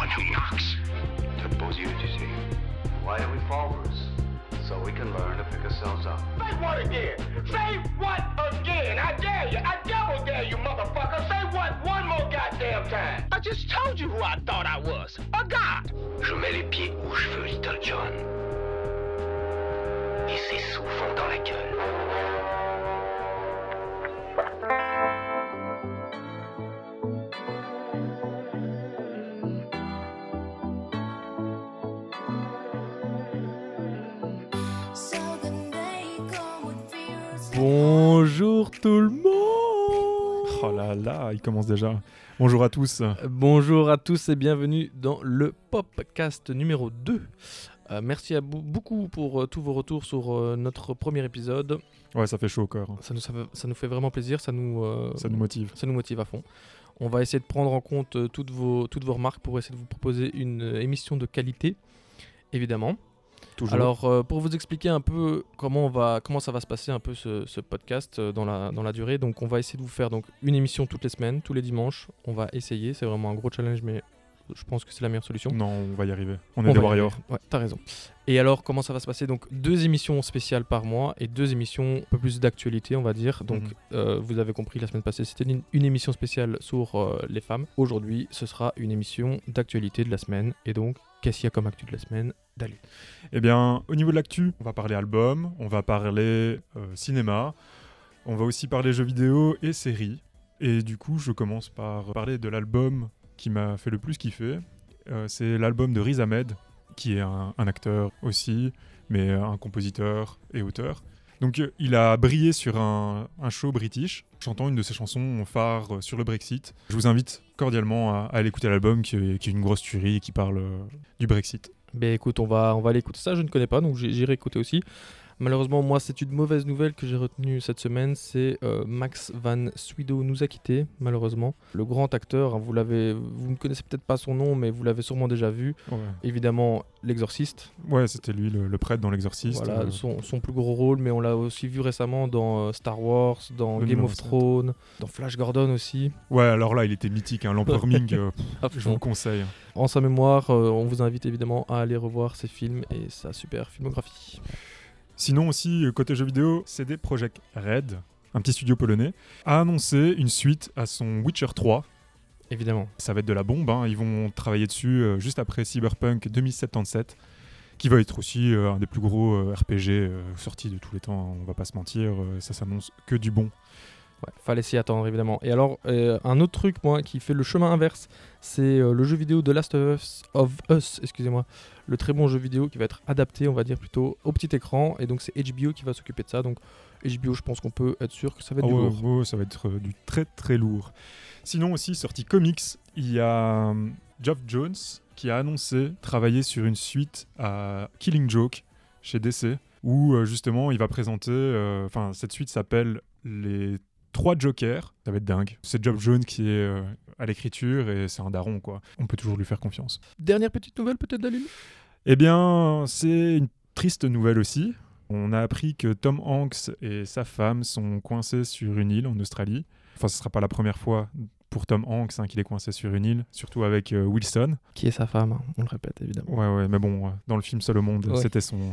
one who knocks. To pose you, tu sais. Why do we fall, Bruce? So we can learn to pick ourselves up. Say what again? Say what again? I dare you. I double dare you, motherfucker. Say what one more goddamn time. I just told you who I thought I was. A god. Je mets les pieds où je veux, Little John. Et ses sous vont dans la gueule. Bonjour tout le monde. Oh là là, il commence déjà. Bonjour à tous. Bonjour à tous et bienvenue dans le Popcast numéro 2. Merci à beaucoup pour tous vos retours sur notre premier épisode. Ouais, ça fait chaud au corps. Ça nous fait vraiment plaisir, ça nous motive. Ça nous motive à fond. On va essayer de prendre en compte toutes vos remarques pour essayer de vous proposer une émission de qualité, évidemment. Toujours. Alors, pour vous expliquer un peu comment ça va se passer un peu ce podcast dans la durée, donc on va essayer de vous faire donc une émission toutes les semaines, tous les dimanches. On va essayer, c'est vraiment un gros challenge, mais je pense que c'est la meilleure solution. Non, on va y arriver. On est des warriors. Ouais, t'as raison. Et alors, comment ça va se passer? Donc, 2 émissions spéciales par mois et 2 émissions un peu plus d'actualité, on va dire. Donc, vous avez compris, la semaine passée, c'était une émission spéciale sur les femmes. Aujourd'hui, ce sera une émission d'actualité de la semaine. Et donc, qu'est-ce qu'il y a comme actu de la semaine, Dali? Eh bien, au niveau de l'actu, on va parler album, on va parler cinéma, on va aussi parler jeux vidéo et séries. Et du coup, je commence par parler de l'album qui m'a fait le plus kiffer. C'est l'album de Riz Ahmed, qui est un acteur aussi, mais un compositeur et auteur. Donc il a brillé sur un show british, chantant une de ses chansons phares sur le Brexit. Je vous invite cordialement à aller écouter l'album, qui est une grosse tuerie et qui parle du Brexit. Ben écoute, on va aller écouter ça, je ne connais pas, donc j'irai écouter aussi. Malheureusement, moi, c'est une mauvaise nouvelle que j'ai retenue cette semaine, c'est Max van Sydow nous a quittés, malheureusement. Le grand acteur, hein, vous ne connaissez peut-être pas son nom, mais vous l'avez sûrement déjà vu. Ouais. Évidemment, l'Exorciste. Ouais, c'était lui, le prêtre dans l'Exorciste. Voilà, son plus gros rôle, mais on l'a aussi vu récemment dans Star Wars, dans Game of Thrones, dans Flash Gordon aussi. Ouais, alors là, il était mythique, hein, l'Empereur Ming, je vous le conseille. En sa mémoire, on vous invite évidemment à aller revoir ses films et sa super filmographie. Sinon aussi, côté jeux vidéo, CD Projekt Red, un petit studio polonais, a annoncé une suite à son Witcher 3. Évidemment. Ça va être de la bombe, hein. Ils vont travailler dessus juste après Cyberpunk 2077, qui va être aussi un des plus gros RPG sortis de tous les temps, on va pas se mentir, ça s'annonce que du bon. Ouais, fallait s'y attendre évidemment. Et alors, un autre truc moi qui fait le chemin inverse, c'est le jeu vidéo The Last of Us, excusez-moi, le très bon jeu vidéo qui va être adapté, on va dire plutôt au petit écran, et donc c'est HBO qui va s'occuper de ça. Donc HBO, je pense qu'on peut être sûr que ça va être du lourd. Ouais, ça va être du très très lourd. Sinon aussi, sorti comics, il y a Geoff Jones qui a annoncé travailler sur une suite à Killing Joke chez DC, où justement il va présenter, cette suite s'appelle les 3 Jokers, ça va être dingue. C'est Geoff Jones qui est à l'écriture et c'est un daron, quoi. On peut toujours lui faire confiance. Dernière petite nouvelle peut-être, Dalil? Eh bien, c'est une triste nouvelle aussi. On a appris que Tom Hanks et sa femme sont coincés sur une île en Australie. Enfin, ce ne sera pas la première fois pour Tom Hanks qu'il est coincé sur une île, surtout avec Wilson. Qui est sa femme, hein, on le répète évidemment. Ouais, mais bon, dans le film Seul au monde, c'était son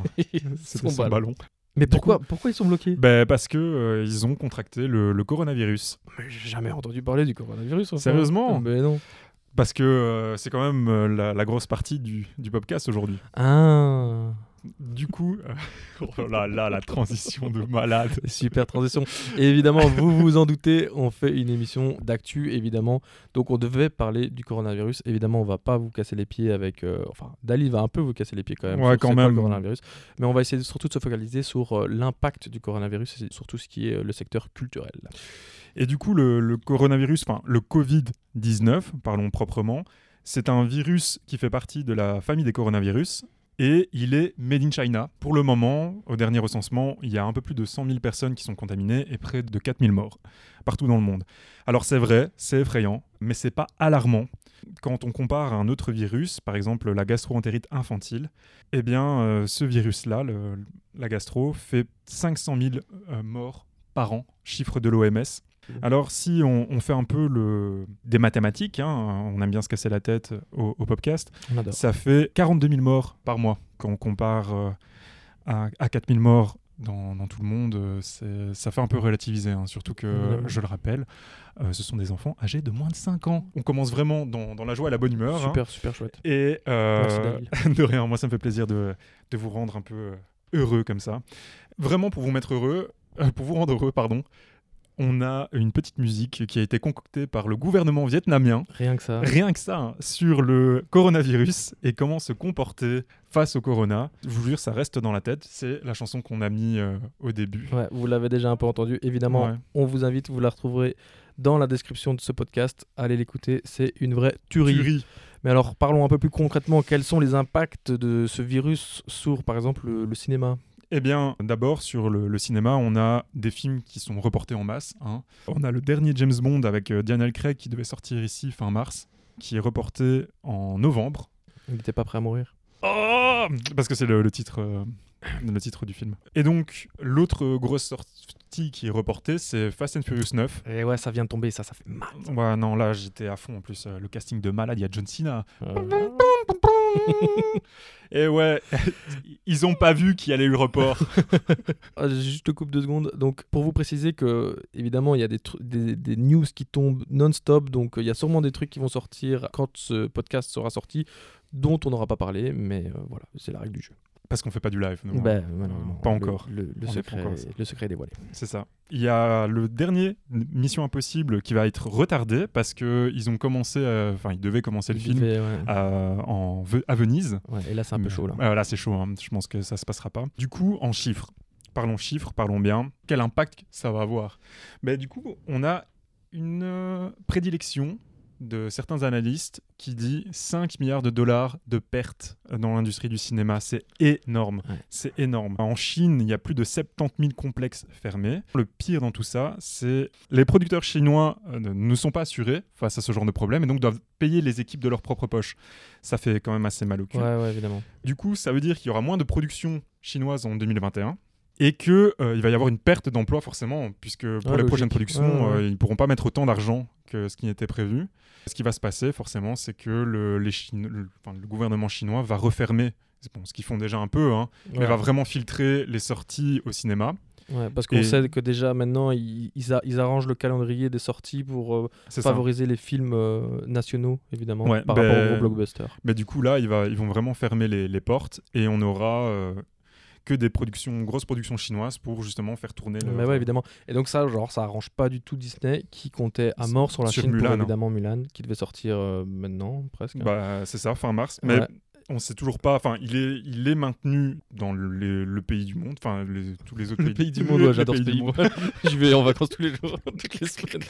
ballon. Mais pourquoi ils sont bloqués? Parce que ils ont contracté le coronavirus. Mais j'ai jamais entendu parler du coronavirus. Enfin. Sérieusement? Mais non. Parce que c'est quand même la grosse partie du podcast aujourd'hui. Ah. Du coup, oh là là, la transition de malade. Super transition. Et évidemment, vous vous en doutez, on fait une émission d'actu, évidemment. Donc, on devait parler du coronavirus. Évidemment, on va pas vous casser les pieds avec... Dali va un peu vous casser les pieds quand même. Ouais, quand même. Le coronavirus. Mais on va essayer surtout de se focaliser sur l'impact du coronavirus et sur tout ce qui est le secteur culturel. Et du coup, le coronavirus, le Covid-19, parlons proprement, c'est un virus qui fait partie de la famille des coronavirus. Et il est made in China. Pour le moment, au dernier recensement, il y a un peu plus de 100 000 personnes qui sont contaminées et près de 4 000 morts partout dans le monde. Alors c'est vrai, c'est effrayant, mais c'est pas alarmant. Quand on compare à un autre virus, par exemple la gastro-entérite infantile, eh bien ce virus-là, la gastro, fait 500 000 morts par an, chiffre de l'OMS. d'habitude. Alors, si on fait un peu des mathématiques, hein, on aime bien se casser la tête au podcast, On adore. ça fait 42 000 morts par mois. Quand on compare à 4 000 morts dans tout le monde, ça fait un peu relativiser, hein, surtout que, Évidemment. je le rappelle, ce sont des enfants âgés de moins de 5 ans. On commence vraiment dans la joie et la bonne humeur. Hein. Super chouette. Et Merci, David. de rien, moi ça me fait plaisir de vous rendre un peu heureux comme ça. Vraiment pour vous mettre heureux, pour vous rendre heureux, pardon, on a une petite musique qui a été concoctée par le gouvernement vietnamien, Rien que ça. rien que ça, hein, sur le coronavirus et comment se comporter face au corona. Je vous jure, ça reste dans la tête. C'est la chanson qu'on a mis au début. Ouais, vous l'avez déjà un peu entendu. Évidemment, Ouais. on vous invite, vous la retrouverez dans la description de ce podcast. Allez l'écouter, c'est une vraie tuerie. Tuerie. Mais alors, parlons un peu plus concrètement. Quels sont les impacts de ce virus sur, par exemple, le cinéma ? Eh bien, d'abord, sur le cinéma, on a des films qui sont reportés en masse. Hein. On a le dernier James Bond avec Daniel Craig qui devait sortir ici fin mars, qui est reporté en novembre. Il n'était pas prêt à mourir. Oh, parce que c'est le titre du film. Et donc, l'autre grosse sortie qui est reportée, c'est Fast and Furious 9. Et ouais, ça vient de tomber, ça fait mal. Ouais, non, là, j'étais à fond. En plus, le casting de malade, il y a John Cena. Et ouais, ils ont pas vu qu'il y allait eu le report. Juste te coupe 2 secondes. Donc, pour vous préciser que, évidemment, il y a des news qui tombent non-stop. Donc, il y a sûrement des trucs qui vont sortir quand ce podcast sera sorti, dont on n'aura pas parlé. Mais voilà, c'est la règle du jeu. Parce qu'on fait pas du live, nous. Ben, malheureusement, Pas encore. Le On est pas encore secret est dévoilé. C'est ça. Il y a le dernier Mission Impossible qui va être retardé parce qu'ils ont commencé, ils devaient commencer le film à Venise. Ouais, et là, c'est un peu chaud. Là. Là, c'est chaud. Hein. Je pense que ça se passera pas. Du coup, en chiffres, parlons bien. Quel impact ça va avoir ? Du coup, on a une prédilection de certains analystes qui dit 5 milliards de dollars de pertes dans l'industrie du cinéma. C'est énorme. Ouais. C'est énorme. En Chine, il y a plus de 70 000 complexes fermés. Le pire dans tout ça, c'est les producteurs chinois ne sont pas assurés face à ce genre de problème et donc doivent payer les équipes de leur propre poche. Ça fait quand même assez mal au cul. Ouais, évidemment. Du coup, ça veut dire qu'il y aura moins de production chinoise en 2021. Et qu'il va y avoir une perte d'emploi forcément, puisque pour les logique. prochaines productions, Ouais. ils ne pourront pas mettre autant d'argent que ce qui était prévu. Ce qui va se passer forcément, c'est que le gouvernement chinois va refermer, ce qu'ils font déjà un peu, hein, mais va vraiment filtrer les sorties au cinéma. Ouais, parce qu'on sait que déjà maintenant, ils arrangent le calendrier des sorties pour favoriser les films nationaux, évidemment, par rapport aux blockbusters. Mais du coup, là, ils vont vraiment fermer les portes et on aura... que des grosses productions chinoises pour justement faire tourner Mais ouais, évidemment. Et donc ça arrange pas du tout Disney qui comptait à mort sur la Chine Mulan, pour évidemment Mulan, qui devait sortir maintenant presque. C'est ça, fin mars. Mais on sait toujours pas. Enfin, il est maintenu dans le pays du monde. Enfin, tous les autres pays du monde. Ouais, j'adore ce pays. Je vais en vacances tous les jours, toutes les semaines.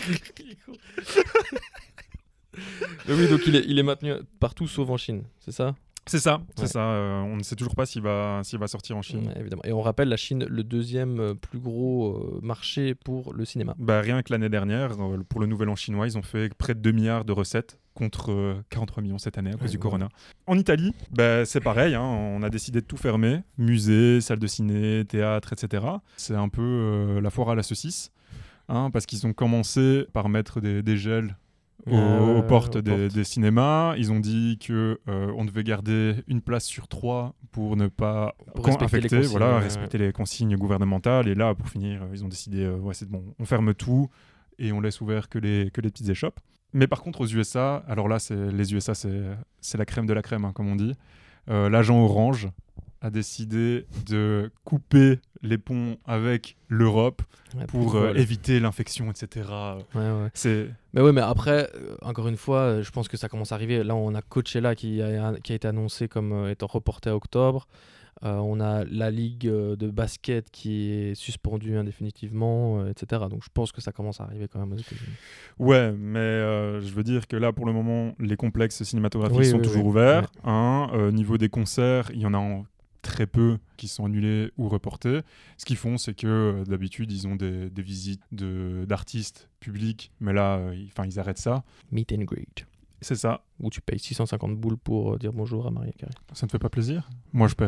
Oui, donc il est maintenu partout sauf en Chine, c'est ça ? C'est ça. On ne sait toujours pas s'il va sortir en Chine. Ouais, évidemment. Et on rappelle, la Chine, le deuxième plus gros marché pour le cinéma. Rien que l'année dernière, pour le Nouvel An chinois, ils ont fait près de 2 milliards de recettes contre 43 millions cette année à cause du corona. En Italie, c'est pareil. Hein, on a décidé de tout fermer. Musées, salles de ciné, théâtre, etc. C'est un peu la foire à la saucisse. Hein, parce qu'ils ont commencé par mettre des gels aux portes des cinémas. Ils ont dit qu'on devait garder une place sur 3 pour ne pas infecter, respecter les consignes gouvernementales. Et là, pour finir, ils ont décidé, c'est bon, on ferme tout et on laisse ouvert que les petites échoppes. Mais par contre, aux USA, alors là, les USA, c'est la crème de la crème, hein, comme on dit. L'agent Orange a décidé de couper les ponts avec l'Europe pour éviter l'infection, etc. Mais après, encore une fois, je pense que ça commence à arriver. Là, on a Coachella qui a été annoncé comme étant reporté à octobre. On a la ligue de basket qui est suspendue indéfinitivement, etc. Donc je pense que ça commence à arriver quand même aux États-Unis. Ouais, mais je veux dire que là, pour le moment, les complexes cinématographiques sont toujours ouverts. Ouais. Au niveau des concerts, il y en a très peu qui sont annulés ou reportés. Ce qu'ils font, c'est que d'habitude, ils ont des visites d'artistes publics, mais là, ils arrêtent ça. Meet and greet. C'est ça. Où tu payes 650 boules pour dire bonjour à Maria Carey. Ça ne te fait pas plaisir ? Moi, je paierais.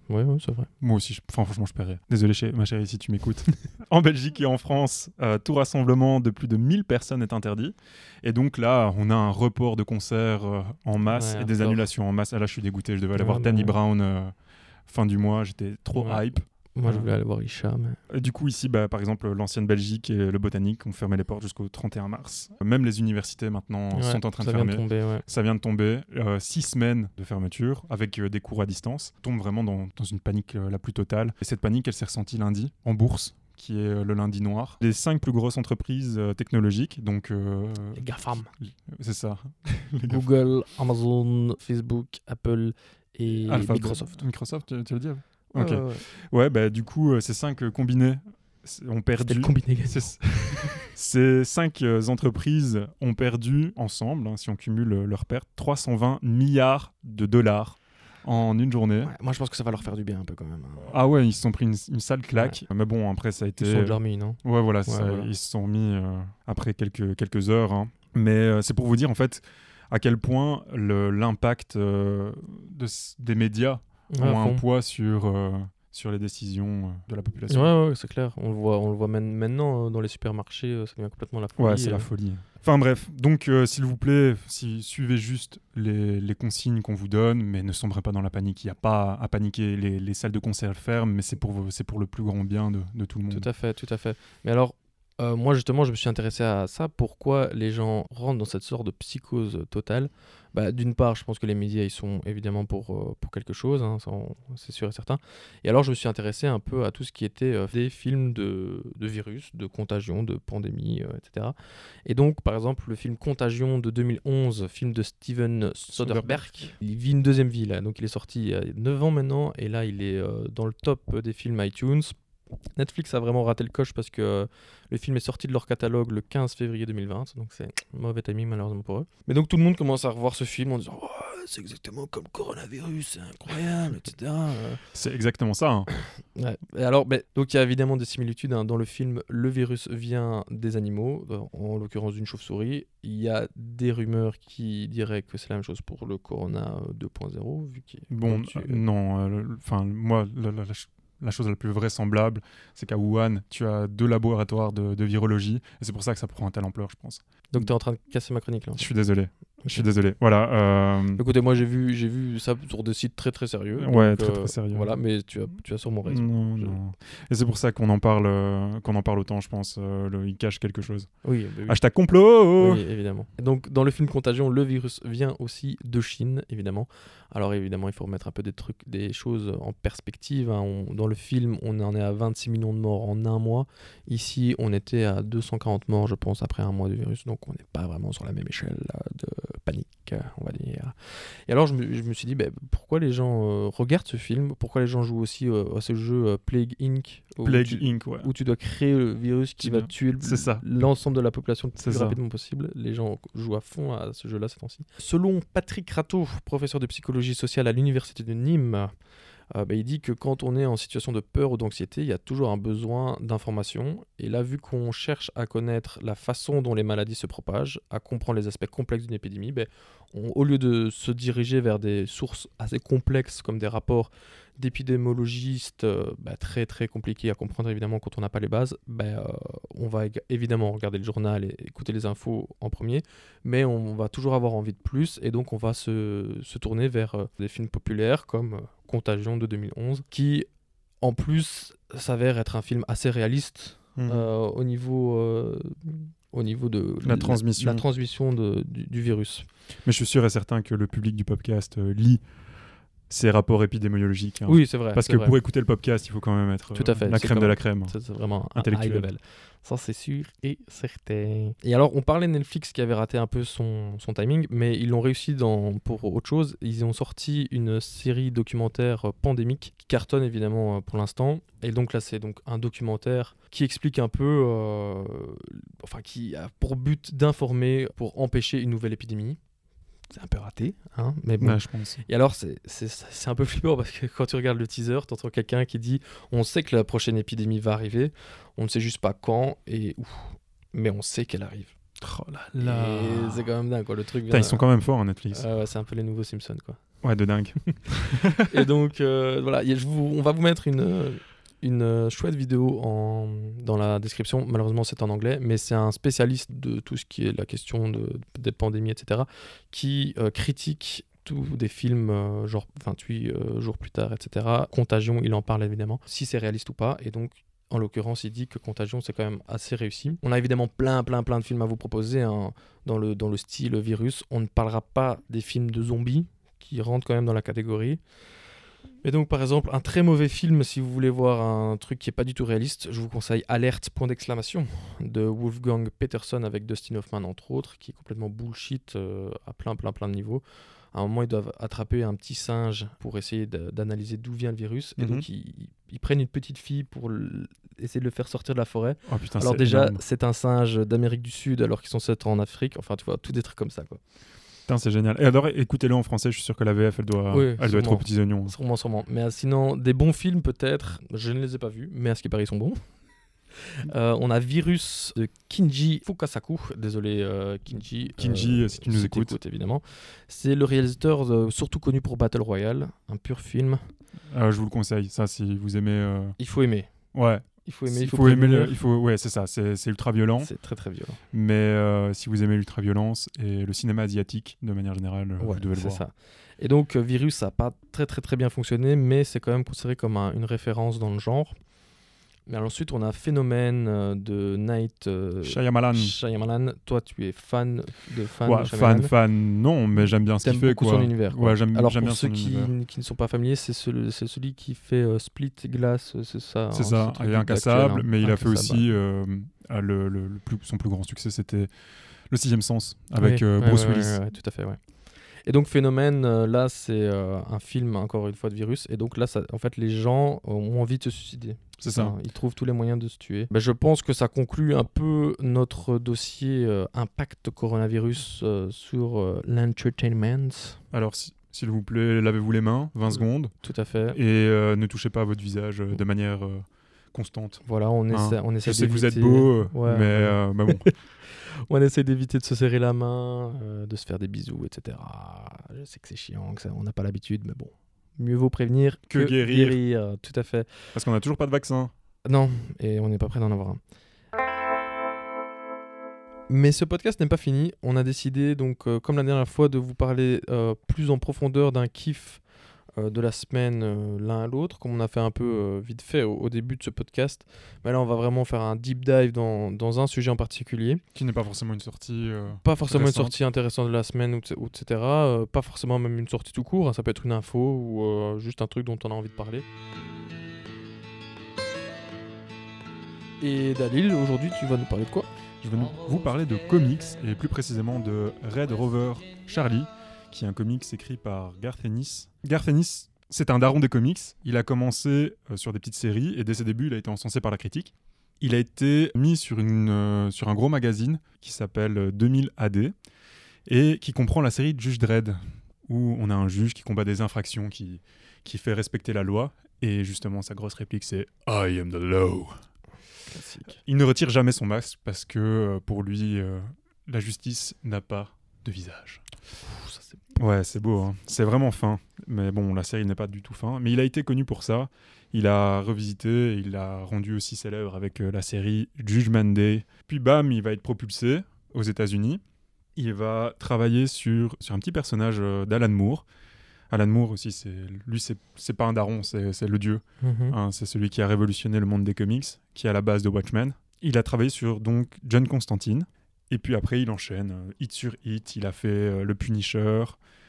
Ouais, c'est vrai. Moi aussi, franchement, je paierais. Désolé, ma chérie, si tu m'écoutes. En Belgique et en France, tout rassemblement de plus de 1000 personnes est interdit. Et donc là, on a un report de concerts en masse et des annulations en masse. Ah, là, je suis dégoûté. Je devais aller voir Danny Brown fin du mois. J'étais trop hype. Moi, je voulais aller voir Isha. Mais... Du coup, ici, par exemple, l'ancienne Belgique et le Botanique ont fermé les portes jusqu'au 31 mars. Même les universités, maintenant, sont en train de fermer. Ça vient de tomber. 6 semaines de fermeture avec des cours à distance. On tombe vraiment dans une panique la plus totale. Et cette panique, elle s'est ressentie lundi en bourse, qui est le lundi noir. Les 5 plus grosses entreprises technologiques, donc... les GAFAM. C'est ça. Google, Amazon, Facebook, Apple et Microsoft. Microsoft, tu veux dire ? Ok. Ouais, du coup, ces 5 combinés ont perdu. C'était le combiné gagnant. Ces 5 entreprises ont perdu ensemble, si on cumule leurs pertes, 320 milliards de dollars en une journée. Ouais, moi, je pense que ça va leur faire du bien un peu quand même. Ah ouais, ils se sont pris une sale claque. Ouais. Mais bon, après, ça a été... Ils se sont déjà remis, non ? Ouais, voilà, ils se sont mis après quelques heures. Hein. Mais c'est pour vous dire, en fait, à quel point l'impact des médias ont un poids sur les décisions de la population. Ouais, c'est clair. On le voit maintenant dans les supermarchés, ça devient complètement la folie. Ouais, c'est la folie. Enfin bref, donc s'il vous plaît, suivez juste les consignes qu'on vous donne, mais ne sombrez pas dans la panique. Il n'y a pas à paniquer. Les salles de concert ferment, mais c'est pour le plus grand bien de tout le monde. Tout à fait. Mais alors, moi justement, je me suis intéressé à ça. Pourquoi les gens rentrent dans cette sorte de psychose totale ? D'une part, je pense que les médias, ils sont évidemment pour quelque chose, hein, c'est sûr et certain. Et alors, je me suis intéressé un peu à tout ce qui était des films de virus, de contagion, de pandémie, etc. Et donc, par exemple, le film Contagion de 2011, film de Steven Soderbergh, il vit une deuxième vie, là. Donc, il est sorti il y a 9 ans maintenant, et là, il est dans le top des films iTunes. Netflix a vraiment raté le coche parce que le film est sorti de leur catalogue le 15 février 2020, donc c'est mauvais timing malheureusement pour eux. Mais donc tout le monde commence à revoir ce film en disant oh, c'est exactement comme le coronavirus, c'est incroyable, etc. C'est exactement ça. Hein. Ouais. Et alors, donc il y a évidemment des similitudes. Hein. Dans le film, le virus vient des animaux, en l'occurrence d'une chauve-souris. Il y a des rumeurs qui diraient que c'est la même chose pour le Corona 2.0. Vu qu'il non, moi, la chose la plus vraisemblable, c'est qu'à Wuhan, tu as 2 laboratoires de virologie, et c'est pour ça que ça prend un telle ampleur, je pense. Donc tu es en train de casser ma chronique là. Je suis désolé. Voilà. Écoutez, moi j'ai vu ça sur des sites très très sérieux. Ouais, donc, très sérieux. Voilà, mais tu as sûrement raison. Non. Et c'est pour ça qu'on en parle autant, je pense. Il cache quelque chose. Oui. Hashtag complot. Oui, évidemment. Et donc dans le film Contagion, le virus vient aussi de Chine, évidemment. Alors évidemment, il faut remettre un peu des choses en perspective. Hein. Dans le film, on en est à 26 millions de morts en un mois. Ici, on était à 240 morts, je pense, après un mois de virus. Donc on n'est pas vraiment sur la même échelle de panique, on va dire. Et alors je me suis dit, pourquoi les gens regardent ce film ? Pourquoi les gens jouent aussi à ce jeu Plague Inc. Où tu dois créer le virus qui va tuer l'ensemble de la population le plus rapidement possible. Les gens jouent à fond à ce jeu-là ces temps-ci. Selon Patrick Rateau, professeur de psychologie sociale à l'université de Nîmes, il dit que quand on est en situation de peur ou d'anxiété, il y a toujours un besoin d'information. Et là, vu qu'on cherche à connaître la façon dont les maladies se propagent, à comprendre les aspects complexes d'une épidémie, au lieu de se diriger vers des sources assez complexes comme des rapports d'épidémiologistes très très compliqués à comprendre évidemment quand on n'a pas les bases, on va évidemment regarder le journal et écouter les infos en premier, mais on va toujours avoir envie de plus et donc on va se tourner vers des films populaires comme Contagion de 2011 qui en plus s'avère être un film assez réaliste au niveau de la transmission du virus. Mais je suis sûr et certain que le public du podcast lit ces rapports épidémiologiques. Hein. Oui, c'est vrai. Parce que pour écouter le podcast, il faut quand même être la crème de la crème. C'est vraiment intellectuel. Un high level. Ça, c'est sûr et certain. Et alors, on parlait de Netflix qui avait raté un peu son timing, mais ils l'ont réussi pour autre chose. Ils ont sorti une série documentaire pandémique qui cartonne évidemment pour l'instant. Et donc là, c'est donc un documentaire qui explique un peu, qui a pour but d'informer pour empêcher une nouvelle épidémie. C'est un peu raté, hein, mais bon. Ouais, je pense. Et alors, c'est un peu flippant parce que quand tu regardes le teaser, tu entends quelqu'un qui dit « On sait que la prochaine épidémie va arriver, on ne sait juste pas quand et où, mais on sait qu'elle arrive. » Oh là là. Et c'est quand même dingue, quoi. Le truc Putain, ils sont quand même forts, hein, Netflix. Ouais, c'est un peu les nouveaux Simpsons, quoi. Ouais, de dingue. Et donc, voilà, on va vous mettre une chouette vidéo dans la description. Malheureusement, c'est en anglais, mais c'est un spécialiste de tout ce qui est la question des pandémies, etc., qui critique tous des films genre 28 jours plus tard, etc. Contagion, il en parle évidemment, si c'est réaliste ou pas. Et donc, en l'occurrence, il dit que Contagion, c'est quand même assez réussi. On a évidemment plein de films à vous proposer hein, dans le style virus. On ne parlera pas des films de zombies, qui rentrent quand même dans la catégorie. Et donc, par exemple, un très mauvais film, si vous voulez voir un truc qui n'est pas du tout réaliste, je vous conseille Alerte, ! De Wolfgang Peterson avec Dustin Hoffman, entre autres, qui est complètement bullshit à plein de niveaux. À un moment, ils doivent attraper un petit singe pour essayer d'analyser d'où vient le virus. Et donc, ils prennent une petite fille pour essayer de le faire sortir de la forêt. Oh, putain, alors c'est déjà, énorme. c'est un singe d'Amérique du Sud alors qu'ils sont 7 ans en Afrique. Enfin, tu vois, tout des trucs comme ça, quoi. Putain, c'est génial. Et alors, écoutez-le en français, je suis sûr que la VF, elle doit être aux petits oignons. Sûrement. Mais sinon, des bons films peut-être, je ne les ai pas vus, mais à ce qui paraît, ils sont bons. On a Virus de Kinji Fukasaku. Désolé Kinji. Kinji, si tu nous écoutes. Évidemment. C'est le réalisateur surtout connu pour Battle Royale, un pur film. Je vous le conseille, ça, si vous aimez... Il faut aimer. Ouais. Il faut aimer, ouais, c'est ça, c'est ultra violent. C'est très violent. Mais si vous aimez l'ultra-violence et le cinéma asiatique, de manière générale, vous devez le voir. Ça. Et donc, Virus, ça n'a pas très bien fonctionné, mais c'est quand même considéré comme une référence dans le genre. Mais ensuite, on a Phénomène de Night Shyamalan. Toi, tu es fan de Shyamalan. Fan, non, mais j'aime bien ce qu'il fait. Beaucoup son univers. Ouais, j'aime Alors, bien pour ceux qui ne sont pas familiers, c'est celui qui fait Split, Glass, c'est ça. C'est ça, il est incassable, mais il a fait aussi son plus grand succès, c'était Le Sixième Sens, avec Bruce Willis. Ouais, tout à fait, ouais. Et donc Phénomène, là c'est un film encore une fois de virus, et donc là en fait les gens ont envie de se suicider. C'est ça. Ils trouvent tous les moyens de se tuer. Je pense que ça conclut un peu notre dossier impact coronavirus sur l'entertainment. Alors s'il vous plaît, lavez-vous les mains, 20 secondes. Tout à fait. Et ne touchez pas à votre visage de manière constante. Voilà, on essaie Je sais que vous êtes beau, mais bon. On essaie d'éviter de se serrer la main, de se faire des bisous, etc. Je sais que c'est chiant, on n'a pas l'habitude, mais bon. Mieux vaut prévenir que guérir. Tout à fait. Parce qu'on n'a toujours pas de vaccin. Non, et on n'est pas prêt d'en avoir un. Mais ce podcast n'est pas fini. On a décidé, donc, comme la dernière fois, de vous parler plus en profondeur d'un kiff de la semaine l'un à l'autre, comme on a fait un peu vite fait au début de ce podcast. Mais là, on va vraiment faire un deep dive dans un sujet en particulier. Qui n'est pas forcément une sortie pas forcément une sortie intéressante de la semaine, etc. Pas forcément même une sortie tout court. Hein. Ça peut être une info ou juste un truc dont on a envie de parler. Et Dalil, aujourd'hui, tu vas nous parler de quoi ? Je vais vous parler de comics, et plus précisément de Red Rover Charlie, qui est un comics écrit par Garth Ennis. Garth Ennis, c'est un daron des comics. Il a commencé sur des petites séries, et dès ses débuts, il a été encensé par la critique. Il a été mis sur un gros magazine qui s'appelle 2000 AD, et qui comprend la série Judge Dredd, où on a un juge qui combat des infractions, qui fait respecter la loi, et justement, sa grosse réplique, c'est « I am the law ». Classique. Il ne retire jamais son masque, parce que pour lui, la justice n'a pas de visage. Ça, c'est... Ouais, c'est beau, hein. C'est vraiment fin. Mais bon, la série n'est pas du tout fin. Mais il a été connu pour ça. Il a revisité, il l'a rendu aussi célèbre avec la série Judgment Day. Puis bam, il va être propulsé aux États-Unis. Il va travailler sur un petit personnage d'Alan Moore. Alan Moore aussi, c'est pas un daron, c'est le dieu. Mm-hmm. Hein, c'est celui qui a révolutionné le monde des comics, qui est à la base de Watchmen. Il a travaillé sur donc John Constantine. Et puis après, il enchaîne hit sur hit. Il a fait le Punisher.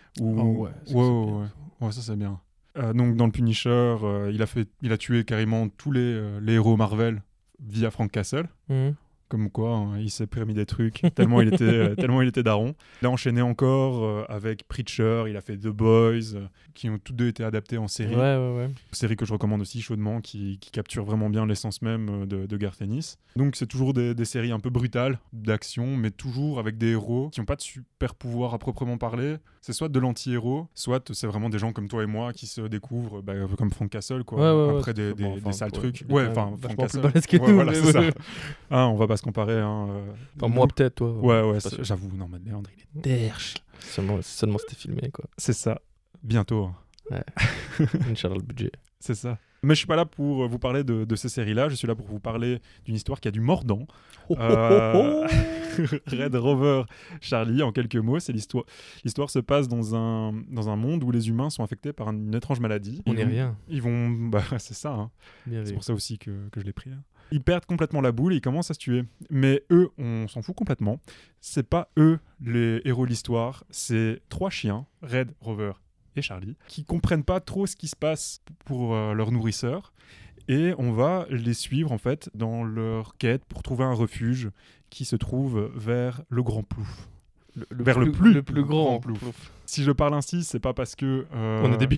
Ça c'est bien. Donc dans le Punisher, il a tué carrément tous les héros Marvel via Frank Castle. Mm-hmm. Comme quoi, hein, il s'est permis des trucs tellement il était daron. Il a enchaîné encore avec Preacher. Il a fait The Boys, qui ont tous deux été adaptés en série. Ouais. Série que je recommande aussi chaudement, qui capture vraiment bien l'essence même de Garth Ennis. Donc c'est toujours des séries un peu brutales, d'action, mais toujours avec des héros qui n'ont pas de super pouvoir à proprement parler. C'est soit de l'anti-héros, soit c'est vraiment des gens comme toi et moi qui se découvrent, comme Frank Castle, quoi. Ouais, après des sales trucs. Ouais, Frank Castle. que nous, voilà, c'est ça. Hein, on va pas se comparer. Hein, Enfin, moi, peut-être, toi. Ouais, c'est pas sûr. j'avoue, non, mais Léandre, il est Derche. Seulement c'était filmé, quoi. C'est ça. Bientôt. Hein. Inch'Allah, le budget. C'est ça. Mais je suis pas là pour vous parler de ces séries-là. Je suis là pour vous parler d'une histoire qui a du mordant. Red Rover Charlie, en quelques mots, c'est l'histoire. L'histoire se passe dans un monde où les humains sont infectés par une étrange maladie. On n'est rien. Ils vont... Bah, c'est ça. Hein. Bien C'est vu. pour ça aussi que je l'ai pris. Hein. Ils perdent complètement la boule et ils commencent à se tuer. Mais eux, on s'en fout complètement. C'est pas eux les héros de l'histoire. C'est 3 chiens, Red, Rover et Charlie, qui comprennent pas trop ce qui se passe pour leur nourrisseur. Et on va les suivre en fait dans leur quête pour trouver un refuge qui se trouve vers le Grand Plouf. Vers le plus grand Plouf. Si je parle ainsi, c'est pas parce que on est débile.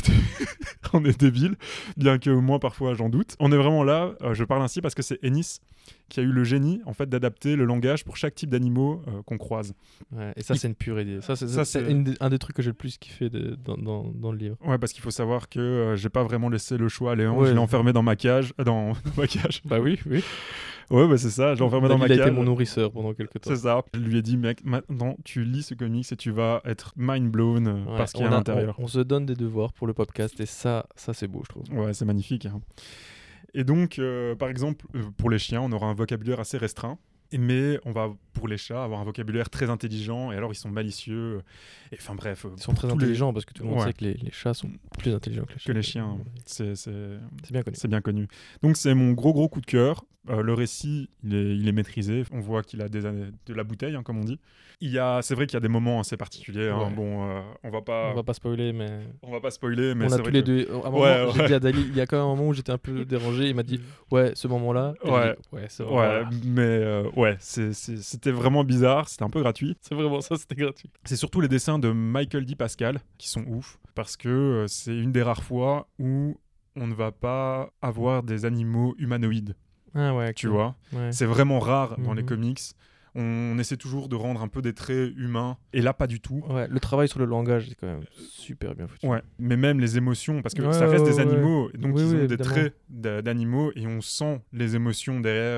on est débile, bien que moi parfois j'en doute. On est vraiment là. Je parle ainsi parce que c'est Ennis qui a eu le génie en fait d'adapter le langage pour chaque type d'animaux qu'on croise. Ouais, et ça, c'est une pure idée. Ça, c'est un des trucs que j'ai le plus kiffé dans le livre. Ouais, parce qu'il faut savoir que j'ai pas vraiment laissé le choix à Léon. Ouais. Je l'ai enfermé dans ma cage. Dans ma cage. Bah oui. Ouais, bah c'est ça. Je l'ai enfermé dans ma Il a cage. été mon nourrisseur pendant quelques temps. C'est ça. Je lui ai dit, mec, maintenant tu lis ce comics et tu vas être mind blown Ouais, par ce qu'il y a à l'intérieur. On se donne des devoirs pour le podcast et ça c'est beau, je trouve. Ouais, c'est magnifique. Hein. Et donc, par exemple, pour les chiens, on aura un vocabulaire assez restreint. Mais on va, pour les chats, avoir un vocabulaire très intelligent. Et alors, ils sont malicieux. Et enfin, bref. Ils sont très intelligents parce que tout le monde sait que les chats sont plus intelligents que les chiens. Que les chiens. C'est bien connu. C'est bien connu. Donc, c'est mon gros coup de cœur. Le récit, il est maîtrisé. On voit qu'il a de la bouteille, hein, comme on dit. C'est vrai qu'il y a des moments assez particuliers. Hein. Ouais. Bon, on va pas spoiler, mais... On va pas spoiler, mais on c'est a vrai tous les que... deux... À un moment, j'ai dit à Dali, il y a quand même un moment où j'étais un peu dérangé. Il m'a dit, ouais, ce moment-là. C'est Ouais, mais c'était vraiment bizarre. C'était un peu gratuit. C'est vraiment ça, c'était gratuit. C'est surtout les dessins de Michael D. Pascal qui sont ouf. Parce que c'est une des rares fois où on ne va pas avoir des animaux humanoïdes. Ah ouais, tu vois. Ouais. C'est vraiment rare dans les comics. On essaie toujours de rendre un peu des traits humains, et là pas du tout. Ouais, le travail sur le langage est quand même super bien foutu. Ouais, mais même les émotions, parce que ça reste des animaux, donc ils ont des traits d'animaux, et on sent les émotions derrière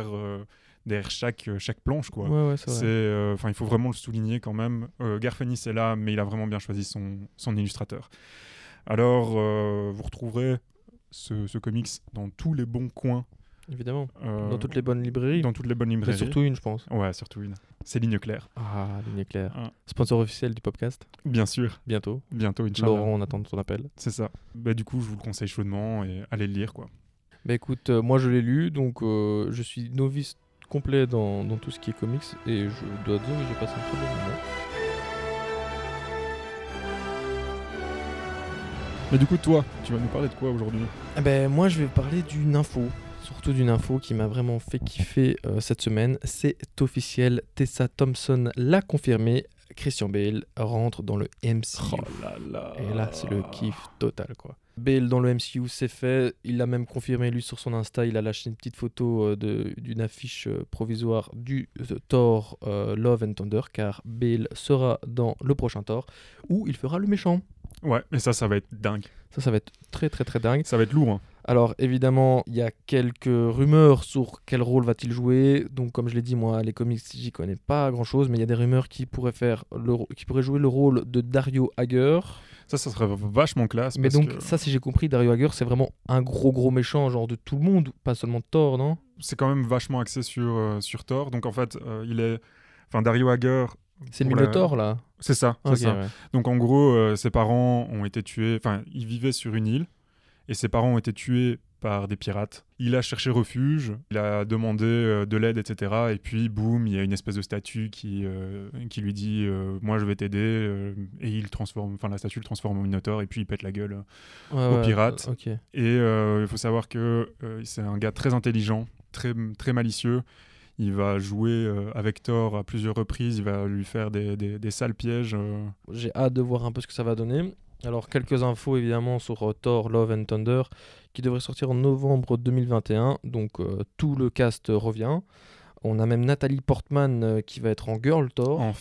chaque planche, quoi. Ouais, c'est vrai. Il faut vraiment le souligner quand même. Garth Ennis est là, mais il a vraiment bien choisi son illustrateur. Alors, vous retrouverez ce comics dans tous les bons coins. Évidemment. Dans toutes les bonnes librairies. Dans toutes les bonnes librairies. Mais surtout une, je pense. Ouais, surtout une. C'est Ligne Claire. Ah, Ligne Claire. Sponsor officiel du podcast. Bien sûr. Bientôt, Inch'Allah. Laurent, on attend ton appel. C'est ça. Bah, du coup, je vous le conseille chaudement et allez le lire, quoi. Bah écoute, moi je l'ai lu, donc je suis novice complet dans tout ce qui est comics et je dois dire que j'ai passé un très bon moment. Mais du coup, toi, tu vas nous parler de quoi aujourd'hui ? Moi je vais parler d'une info. Surtout d'une info qui m'a vraiment fait kiffer cette semaine. C'est officiel, Tessa Thompson l'a confirmé. Christian Bale rentre dans le MCU. Oh là là. Et là, c'est le kiff total, quoi. Bale dans le MCU, c'est fait. Il l'a même confirmé, lui, sur son Insta. Il a lâché une petite photo d'une affiche provisoire du Thor Love and Thunder, car Bale sera dans le prochain Thor, où il fera le méchant. Ouais, mais ça va être dingue. Ça va être très, très, très dingue. Ça va être lourd, hein. Alors évidemment, il y a quelques rumeurs sur quel rôle va-t-il jouer. Donc comme je l'ai dit, moi, les comics, j'y connais pas grand-chose, mais il y a des rumeurs qui pourraient jouer le rôle de Dario Hagger. Ça serait vachement classe. Mais donc ça, si j'ai compris, Dario Hagger, c'est vraiment un gros méchant, genre de tout le monde, pas seulement de Thor, non ? C'est quand même vachement axé sur Thor. Donc en fait, Dario Hagger... C'est le Minotaur, là ? C'est ça, c'est ça. Ouais. Donc en gros, ses parents ont été tués... Enfin, ils vivaient sur une île. Et ses parents ont été tués par des pirates. Il a cherché refuge, il a demandé de l'aide, etc. Et puis, boum, il y a une espèce de statue qui lui dit « Moi, je vais t'aider ». Et la statue le transforme en Minotaur et puis il pète la gueule aux pirates. Okay. Et il faut savoir que c'est un gars très intelligent, très, très malicieux. Il va jouer avec Thor à plusieurs reprises, il va lui faire des sales pièges. J'ai hâte de voir un peu ce que ça va donner. Alors, quelques infos évidemment sur Thor Love and Thunder qui devrait sortir en novembre 2021. Donc, tout le cast revient. On a même Nathalie Portman qui va être en Girl Thor. Enfin,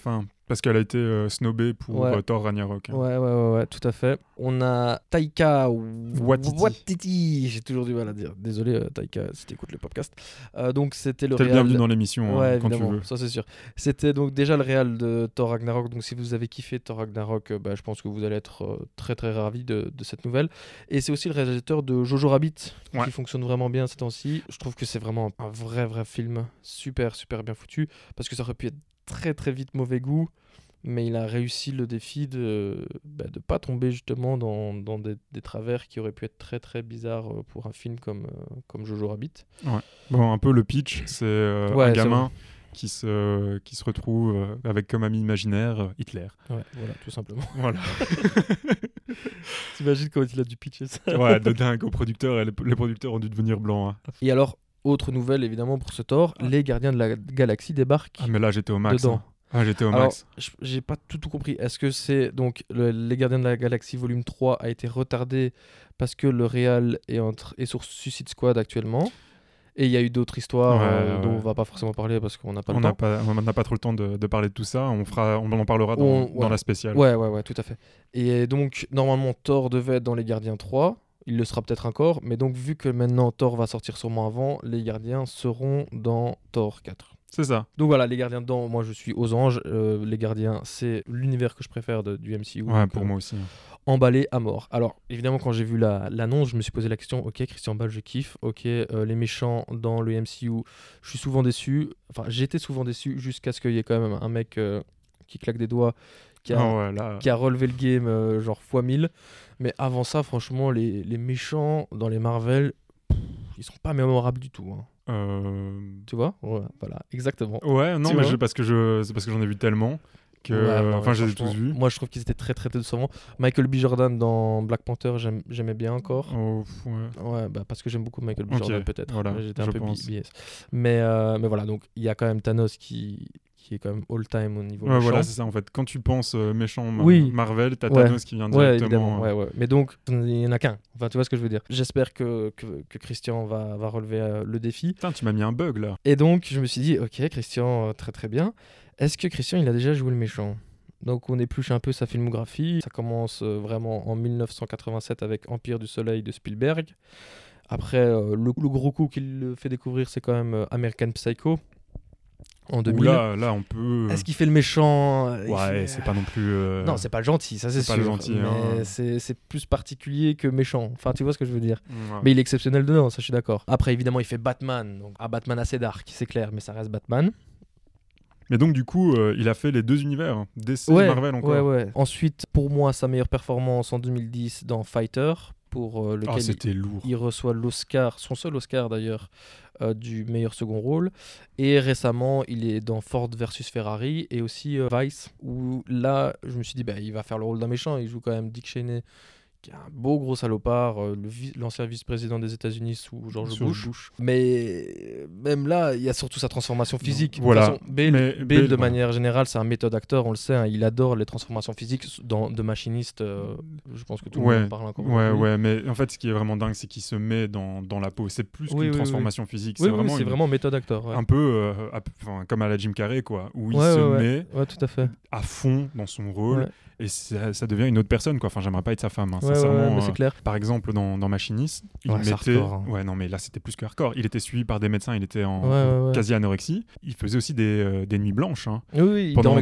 Parce qu'elle a été snobée pour Thor Ragnarok. Hein. Ouais, tout à fait. On a Taika Waititi. J'ai toujours du mal à dire. Désolé, Taika, si t'écoutes le podcast. Donc, c'était le T'es le réal... bienvenu dans l'émission quand tu évidemment, veux. ça c'est sûr. C'était donc déjà le réal de Thor Ragnarok. Donc, si vous avez kiffé Thor Ragnarok, je pense que vous allez être très très ravis de cette nouvelle. Et c'est aussi le réalisateur de Jojo Rabbit qui fonctionne vraiment bien ces temps-ci. Je trouve que c'est vraiment un vrai film super bien foutu parce que ça aurait pu être très très vite mauvais goût, mais il a réussi le défi de pas tomber justement dans des travers qui auraient pu être très très bizarres pour un film comme Jojo Rabbit. Ouais. Bon, un peu le pitch, c'est un gamin qui se retrouve avec comme ami imaginaire Hitler. Ouais, voilà, tout simplement. Voilà. T'imagines comment il a dû pitcher ça? Ouais, de dingue aux producteurs, et les producteurs ont dû devenir blancs. Hein. Et alors, autre nouvelle évidemment pour ce Thor, les Gardiens de la Galaxie débarquent. Ah mais là j'étais au max. Dedans. Hein. Ah, j'étais au Alors, max. J'ai pas tout compris. Est-ce que c'est donc les Gardiens de la Galaxie volume 3 a été retardé parce que le réal est sur Suicide Squad actuellement? Et il y a eu d'autres histoires dont on va pas forcément parler parce qu'on n'a pas le temps. On n'a pas trop le temps de parler de tout ça. On en parlera dans la spéciale. Ouais, tout à fait. Et donc, normalement, Thor devait être dans Les Gardiens 3. Il le sera peut-être encore. Mais donc, vu que maintenant Thor va sortir sûrement avant, les Gardiens seront dans Thor 4. C'est ça. Donc voilà, les Gardiens dedans, moi je suis aux anges. Les Gardiens, c'est l'univers que je préfère du MCU. Ouais, donc, pour moi aussi. Emballé à mort. Alors, évidemment, quand j'ai vu l'annonce, je me suis posé la question, ok, Christian Bale, je kiffe, ok, les méchants dans le MCU, je suis souvent déçu. Enfin, j'étais souvent déçu jusqu'à ce qu'il y ait quand même un mec qui claque des doigts, qui a relevé le game genre x1000. Mais avant ça, franchement, les méchants dans les Marvel, ils sont pas mémorables du tout. Hein. Tu vois? Ouais, voilà, exactement. Ouais, non, mais c'est parce que j'en ai vu tellement. Je les ai tous vus. Moi je trouve qu'ils étaient très très décevants. Michael B. Jordan dans Black Panther, j'aimais bien encore. Ouais, parce que j'aime beaucoup Michael B. Jordan peut-être. Voilà, j'étais un peu biaisé. Mais voilà, donc il y a quand même Thanos qui est quand même all time au niveau méchant. Voilà, c'est ça en fait. Quand tu penses méchant Marvel, t'as Thanos qui vient directement. Ouais. Mais donc il y en a qu'un. Enfin, tu vois ce que je veux dire. J'espère que Christian va relever le défi. Putain, tu m'as mis un bug là. Et donc je me suis dit, ok, Christian, très très bien. Est-ce que Christian, il a déjà joué le méchant? Donc on épluche un peu sa filmographie. Ça commence vraiment en 1987 avec Empire du Soleil de Spielberg. Après, le gros coup qu'il le fait découvrir, c'est quand même American Psycho en 2000. Là, on peut... Est-ce qu'il fait le méchant? C'est pas non plus... Non, c'est pas le gentil, ça c'est sûr. pas le gentil. Mais c'est plus particulier que méchant. Enfin, tu vois ce que je veux dire. Ouais. Mais il est exceptionnel dedans, ça je suis d'accord. Après, évidemment, il fait Batman. Donc, Batman assez dark, c'est clair, mais ça reste Batman. Mais donc du coup, il a fait les deux univers, DC et Marvel encore. Ouais. Ensuite, pour moi, sa meilleure performance en 2010 dans Fighter, pour lequel c'était lourd. Il reçoit l'Oscar, son seul Oscar d'ailleurs, du meilleur second rôle. Et récemment, il est dans Ford versus Ferrari et aussi Vice, où là, je me suis dit, il va faire le rôle d'un méchant. Il joue quand même Dick Cheney, qui est un beau gros salopard, l'ancien vice-président des États-Unis sous George Bush. Mais même là, il y a surtout sa transformation physique. Voilà. De toute façon, Bale, de manière générale, c'est un méthode acteur, on le sait. Hein, il adore les transformations physiques de machiniste. Je pense que tout le monde en parle encore. Ouais, mais en fait, ce qui est vraiment dingue, c'est qu'il se met dans la peau. C'est plus qu'une transformation physique. C'est vraiment méthode acteur. Ouais. Un peu comme à la Jim Carrey, quoi, où il se met tout à fait. à fond dans son rôle. Ouais. Et ça devient une autre personne, quoi. Enfin, j'aimerais pas être sa femme. Hein. Ouais, c'est clair. Par exemple, dans Machiniste, il mettait... hardcore, hein. Ouais, non, mais là, c'était plus que hardcore. Il était suivi par des médecins, il était en quasi-anorexie. Il faisait aussi des nuits blanches. Hein. Oui, pendant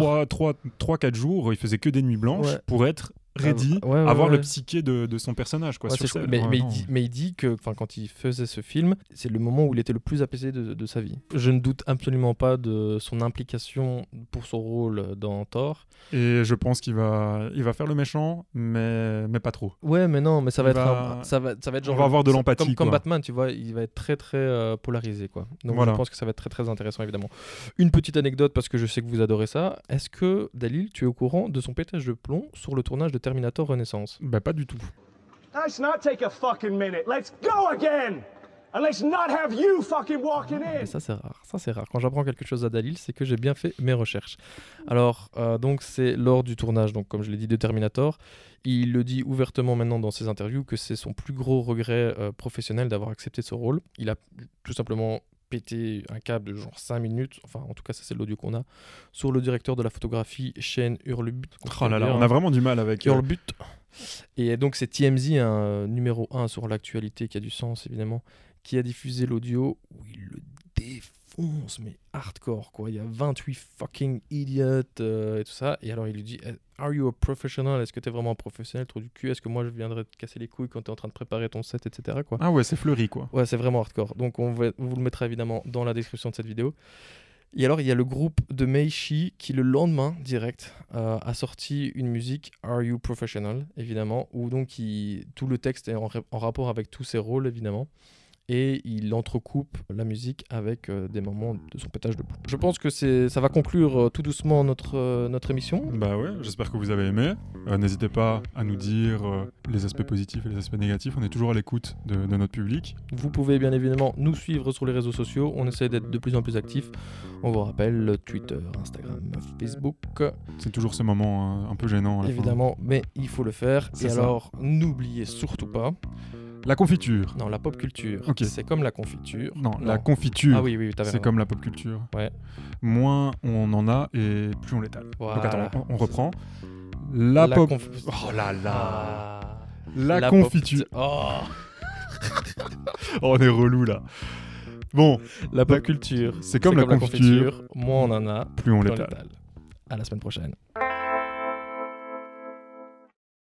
3-4 jours, il faisait que des nuits blanches pour être ready, avoir le psyché de son personnage, quoi. Sur scène. Mais il dit que quand il faisait ce film, c'est le moment où il était le plus apaisé de sa vie. Je ne doute absolument pas de son implication pour son rôle dans Thor. Et je pense qu'il va faire le méchant, mais pas trop. Ouais, mais non, mais ça va être genre... On va avoir de l'empathie, comme Batman, tu vois, il va être très très polarisé, quoi. Donc je pense que ça va être très très intéressant, évidemment. Une petite anecdote, parce que je sais que vous adorez ça. Est-ce que, Dalil, tu es au courant de son pétage de plomb sur le tournage de Terminator Renaissance? Pas du tout. Let's not take a fucking minute. Let's go again. And let's not have you fucking walking in. Et ça c'est rare. Quand j'apprends quelque chose à Dalil, c'est que j'ai bien fait mes recherches. Alors donc c'est lors du tournage, donc comme je l'ai dit, de Terminator, il le dit ouvertement maintenant dans ses interviews que c'est son plus gros regret professionnel d'avoir accepté ce rôle. Il a tout simplement pété un câble de genre 5 minutes, enfin en tout cas ça c'est l'audio qu'on a, sur le directeur de la photographie Shane Hurlbut. Oh là là, on a vraiment du mal avec... Hurlbut. Et donc c'est TMZ, numéro 1 sur l'actualité qui a du sens évidemment, qui a diffusé l'audio où il le défonce, mais hardcore quoi. Il y a 28 fucking idiots et tout ça. Et alors il lui dit Are you a professional? Est-ce que t'es vraiment un professionnel, trou du cul? Est-ce que moi je viendrais te casser les couilles quand t'es en train de préparer ton set, etc. quoi. Ah ouais, c'est fleuri quoi. Ouais, c'est vraiment hardcore. Donc on vous le mettra évidemment dans la description de cette vidéo. Et alors il y a le groupe de Meishi qui le lendemain direct a sorti une musique Are You Professional évidemment, où donc tout le texte est en rapport avec tous ses rôles évidemment. Et il entrecoupe la musique avec des moments de son pétage de plomb. Je pense que ça va conclure tout doucement notre émission. Bah ouais, j'espère que vous avez aimé. N'hésitez pas à nous dire les aspects positifs et les aspects négatifs. On est toujours à l'écoute de notre public. Vous pouvez bien évidemment nous suivre sur les réseaux sociaux. On essaie d'être de plus en plus actifs. On vous rappelle Twitter, Instagram, Facebook. C'est toujours ces moments un peu gênants à la évidemment, fin. Mais il faut le faire. C'est et ça. alors, n'oubliez surtout pas... La confiture. Non, la pop culture. Okay. C'est comme la confiture. Non, la confiture. Ah oui, t'avais c'est raison. comme la pop culture. Ouais. Moins on en a et plus on l'étale. Voilà. Donc attends, on reprend. La pop... Oh là là. La confiture. Oh. Oh, on est relou là. Bon, la pop culture. C'est comme la confiture. Moins on en a, plus on l'étale. À la semaine prochaine.